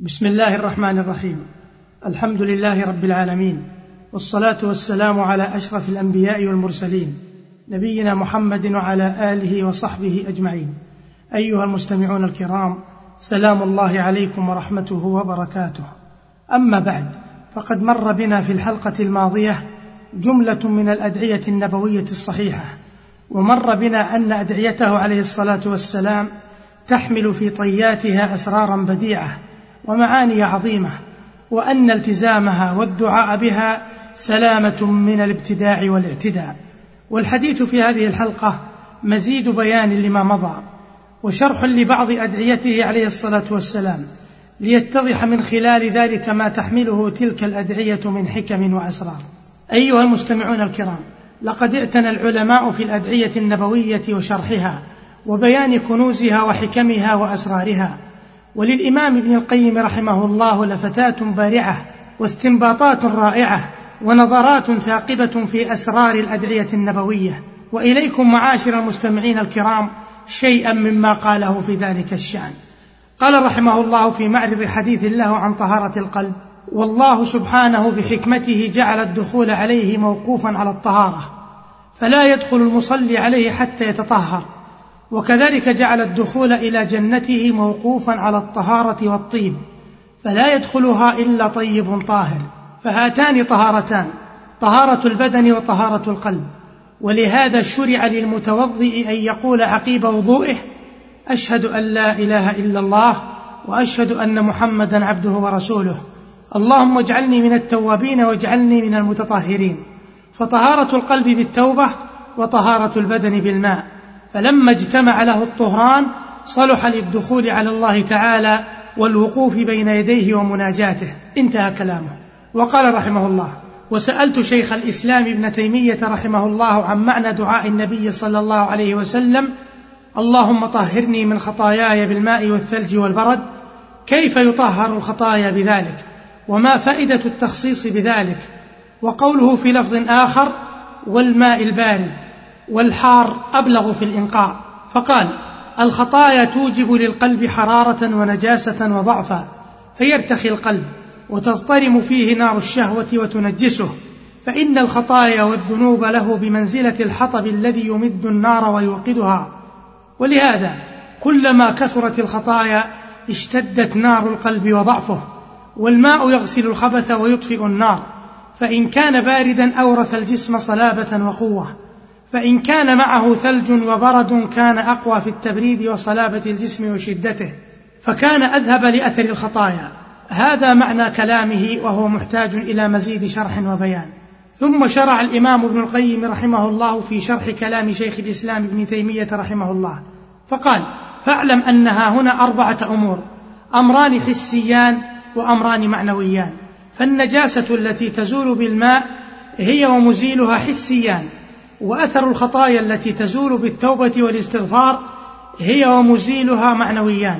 بسم الله الرحمن الرحيم. الحمد لله رب العالمين، والصلاة والسلام على أشرف الأنبياء والمرسلين، نبينا محمد وعلى آله وصحبه أجمعين. أيها المستمعون الكرام، سلام الله عليكم ورحمته وبركاته. أما بعد، فقد مر بنا في الحلقة الماضية جملة من الأدعية النبوية الصحيحة، ومر بنا أن أدعيته عليه الصلاة والسلام تحمل في طياتها أسرارا بديعة ومعاني عظيمة، وأن التزامها والدعاء بها سلامة من الابتداع والاعتداء. والحديث في هذه الحلقة مزيد بيان لما مضى، وشرح لبعض أدعيته عليه الصلاة والسلام، ليتضح من خلال ذلك ما تحمله تلك الأدعية من حكم وأسرار. أيها المستمعون الكرام، لقد اعتنى العلماء في الأدعية النبوية وشرحها وبيان كنوزها وحكمها وأسرارها. وللإمام ابن القيم رحمه الله لفتات بارعة واستنباطات رائعة ونظرات ثاقبة في أسرار الأدعية النبوية. وإليكم معاشر المستمعين الكرام شيئا مما قاله في ذلك الشأن. قال رحمه الله في معرض حديث له عن طهارة القلب: والله سبحانه بحكمته جعل الدخول عليه موقوفا على الطهارة، فلا يدخل المصلي عليه حتى يتطهر، وكذلك جعل الدخول إلى جنته موقوفا على الطهارة والطيب، فلا يدخلها إلا طيب طاهر. فهاتان طهارتان، طهارة البدن وطهارة القلب. ولهذا شرع للمتوضئ أن يقول عقيب وضوئه: أشهد أن لا إله إلا الله وأشهد أن محمدا عبده ورسوله، اللهم اجعلني من التوابين واجعلني من المتطهرين. فطهارة القلب بالتوبة وطهارة البدن بالماء، فلما اجتمع له الطهران صلح للدخول على الله تعالى والوقوف بين يديه ومناجاته. انتهى كلامه. وقال رحمه الله: وسألت شيخ الإسلام ابن تيمية رحمه الله عن معنى دعاء النبي صلى الله عليه وسلم: اللهم طهرني من خطاياي بالماء والثلج والبرد، كيف يطهر الخطايا بذلك؟ وما فائدة التخصيص بذلك؟ وقوله في لفظ آخر: والماء البارد، والحار أبلغ في الإنقاء. فقال: الخطايا توجب للقلب حرارة ونجاسة وضعفا، فيرتخي القلب وتضطرم فيه نار الشهوة وتنجسه، فإن الخطايا والذنوب له بمنزلة الحطب الذي يمد النار ويوقدها. ولهذا كلما كثرت الخطايا اشتدت نار القلب وضعفه. والماء يغسل الخبث ويطفئ النار، فإن كان باردا أورث الجسم صلابة وقوة، فإن كان معه ثلج وبرد كان أقوى في التبريد وصلابة الجسم وشدته، فكان أذهب لأثر الخطايا. هذا معنى كلامه، وهو محتاج إلى مزيد شرح وبيان. ثم شرع الإمام ابن القيم رحمه الله في شرح كلام شيخ الإسلام ابن تيمية رحمه الله، فقال: فاعلم أنها هنا 4 أمور: أمران حسيان وأمران معنويان. فالنجاسة التي تزول بالماء هي ومزيلها حسيان، وأثر الخطايا التي تزول بالتوبة والاستغفار هي ومزيلها معنويان.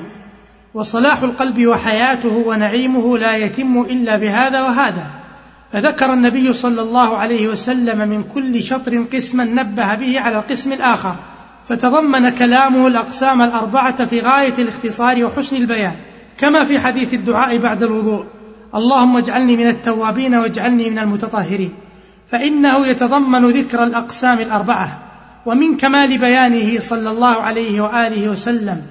وصلاح القلب وحياته ونعيمه لا يتم إلا بهذا وهذا. فذكر النبي صلى الله عليه وسلم من كل شطر قسما نبه به على القسم الآخر، فتضمن كلامه الأقسام 4 في غاية الاختصار وحسن البيان، كما في حديث الدعاء بعد الوضوء: اللهم اجعلني من التوابين واجعلني من المتطهرين، فإنه يتضمن ذكر الأقسام 4. ومن كمال بيانه صلى الله عليه وآله وسلم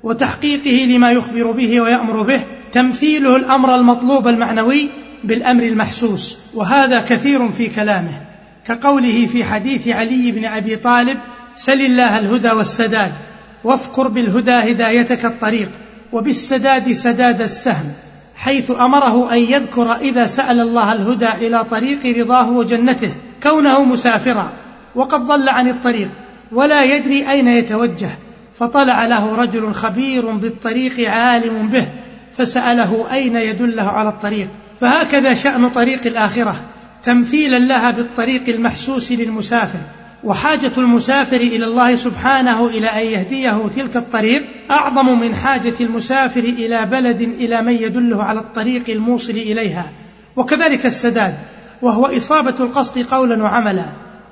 وتحقيقه لما يخبر به ويأمر به تمثيله الأمر المطلوب المعنوي بالأمر المحسوس، وهذا كثير في كلامه، كقوله في حديث علي بن أبي طالب: سل الله الهدى والسداد، وافكر بالهدى هدايتك الطريق، وبالسداد سداد السهم، حيث أمره أن يذكر إذا سأل الله الهدى إلى طريق رضاه وجنته كونه مسافرا وقد ضل عن الطريق ولا يدري أين يتوجه، فطلع له رجل خبير بالطريق عالم به فسأله أين يدله على الطريق. فهكذا شأن طريق الآخرة تمثيلا لها بالطريق المحسوس للمسافر. وحاجة المسافر إلى الله سبحانه إلى أن يهديه تلك الطريق أعظم من حاجة المسافر إلى بلد إلى من يدله على الطريق الموصل إليها. وكذلك السداد، وهو إصابة القصد قولا وعملا،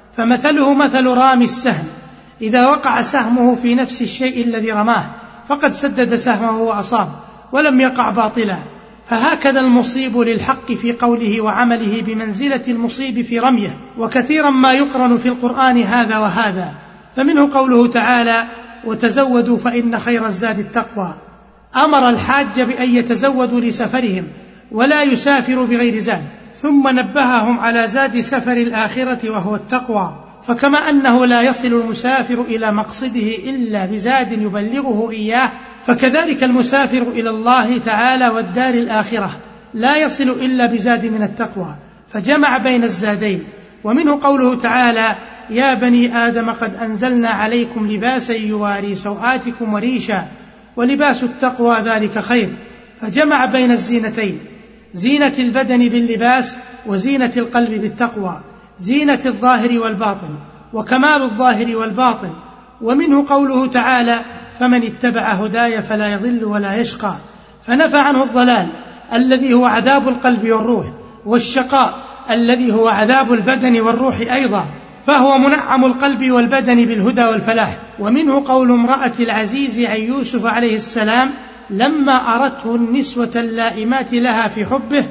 فمثله مثل رامي السهم، إذا وقع سهمه في نفس الشيء الذي رماه فقد سدد سهمه وأصاب ولم يقع باطلا. فهكذا المصيب للحق في قوله وعمله بمنزلة المصيب في رميه. وكثيرا ما يقرن في القرآن هذا وهذا، فمنه قوله تعالى وتزودوا فإن خير الزاد التقوى، أمر الحاج بأن يتزودوا لسفرهم ولا يسافروا بغير زاد، ثم نبههم على زاد سفر الآخرة وهو التقوى. فكما أنه لا يصل المسافر إلى مقصده إلا بزاد يبلغه إياه، فكذلك المسافر إلى الله تعالى والدار الآخرة لا يصل إلا بزاد من التقوى، فجمع بين الزادين. ومنه قوله تعالى يا بني آدم قد أنزلنا عليكم لباسا يواري سوآتكم وريشا ولباس التقوى ذلك خير، فجمع بين الزينتين، زينة البدن باللباس وزينة القلب بالتقوى، زينة الظاهر والباطن وكمال الظاهر والباطن. ومنه قوله تعالى فمن اتبع هداي فلا يضل ولا يشقى، فنفى عنه الضلال الذي هو عذاب القلب والروح، والشقاء الذي هو عذاب البدن والروح أيضا، فهو منعم القلب والبدن بالهدى والفلاح. ومنه قول امرأة العزيز عن يوسف عليه السلام لما أردته النسوة اللائمات لها في حبه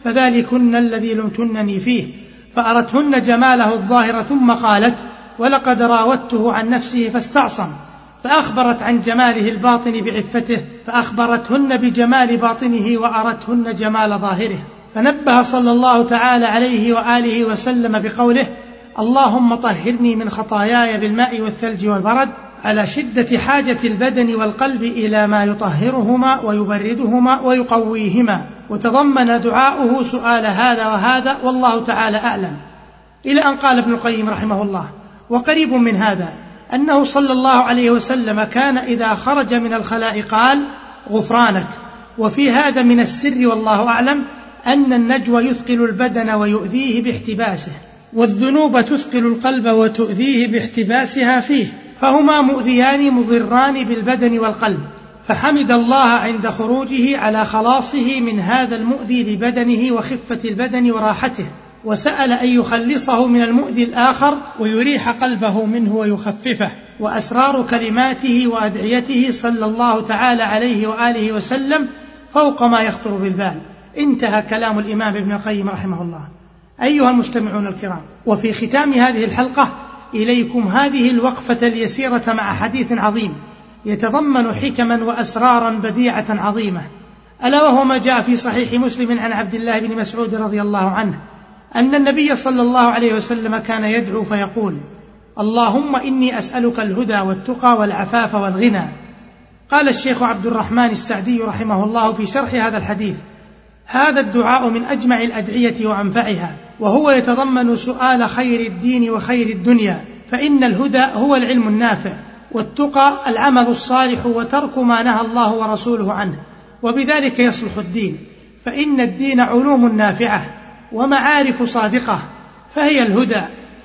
فذلكن الذي لمتنني فيه، فأردتهن جماله الظاهر ثم قالت ولقد راودته عن نفسه فاستعصم، فأخبرت عن جماله الباطن بعفته، فأخبرتهن بجمال باطنه وأردتهن جمال ظاهره. فنبه صلى الله تعالى عليه وآله وسلم بقوله اللهم طهرني من خطاياي بالماء والثلج والبرد، على شدة حاجة البدن والقلب إلى ما يطهرهما ويبردهما ويقويهما. وتضمن دعاؤه سؤال هذا وهذا والله تعالى أعلم، إلى أن قال ابن القيم رحمه الله وقريب من هذا أنه صلى الله عليه وسلم كان إذا خرج من الخلاء قال غفرانك. وفي هذا من السر والله أعلم أن النجوى يثقل البدن ويؤذيه باحتباسه، والذنوب تثقل القلب وتؤذيه باحتباسها فيه، فهما مؤذيان مضران بالبدن والقلب. فحمد الله عند خروجه على خلاصه من هذا المؤذي لبدنه وخفة البدن وراحته، وسأل أن يخلصه من المؤذي الآخر ويريح قلبه منه ويخففه. وأسرار كلماته وأدعيته صلى الله تعالى عليه وآله وسلم فوق ما يخطر بالبال. انتهى كلام الإمام ابن القيم رحمه الله. أيها المستمعون الكرام، وفي ختام هذه الحلقة إليكم هذه الوقفة اليسيرة مع حديث عظيم يتضمن حكما وأسرارا بديعة عظيمة، ألا وهو ما جاء في صحيح مسلم عن عبد الله بن مسعود رضي الله عنه أن النبي صلى الله عليه وسلم كان يدعو فيقول اللهم إني أسألك الهدى والتقى والعفاف والغنى. قال الشيخ عبد الرحمن السعدي رحمه الله في شرح هذا الحديث هذا الدعاء من أجمع الأدعية وأنفعها، وهو يتضمن سؤال خير الدين وخير الدنيا، فإن الهدى هو العلم النافع، والتقى العمل الصالح وترك ما نهى الله ورسوله عنه، وبذلك يصلح الدين، فإن الدين علوم نافعة ومعارف صادقة فهي الهدى،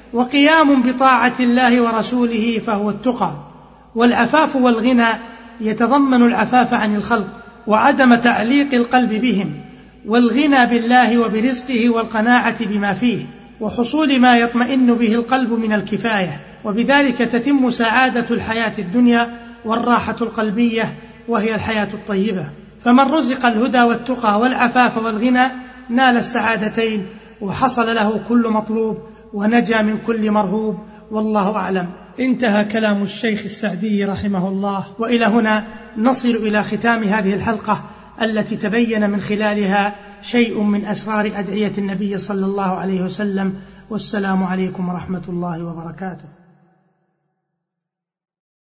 وقيام بطاعة الله ورسوله فهو التقى. والعفاف والغنى يتضمن العفاف عن الخلق وعدم تعليق القلب بهم، والغنى بالله وبرزقه والقناعة بما فيه، وحصول ما يطمئن به القلب من الكفاية، وبذلك تتم سعادة الحياة الدنيا والراحة القلبية وهي الحياة الطيبة. فمن رزق الهدى والتقى والعفاف والغنى نال السعادتين وحصل له كل مطلوب ونجا من كل مرهوب، والله أعلم. انتهى كلام الشيخ السعدي رحمه الله. وإلى هنا نصل إلى ختام هذه الحلقة التي تبين من خلالها شيء من أسرار أدعية النبي صلى الله عليه وسلم. والسلام عليكم ورحمة الله وبركاته.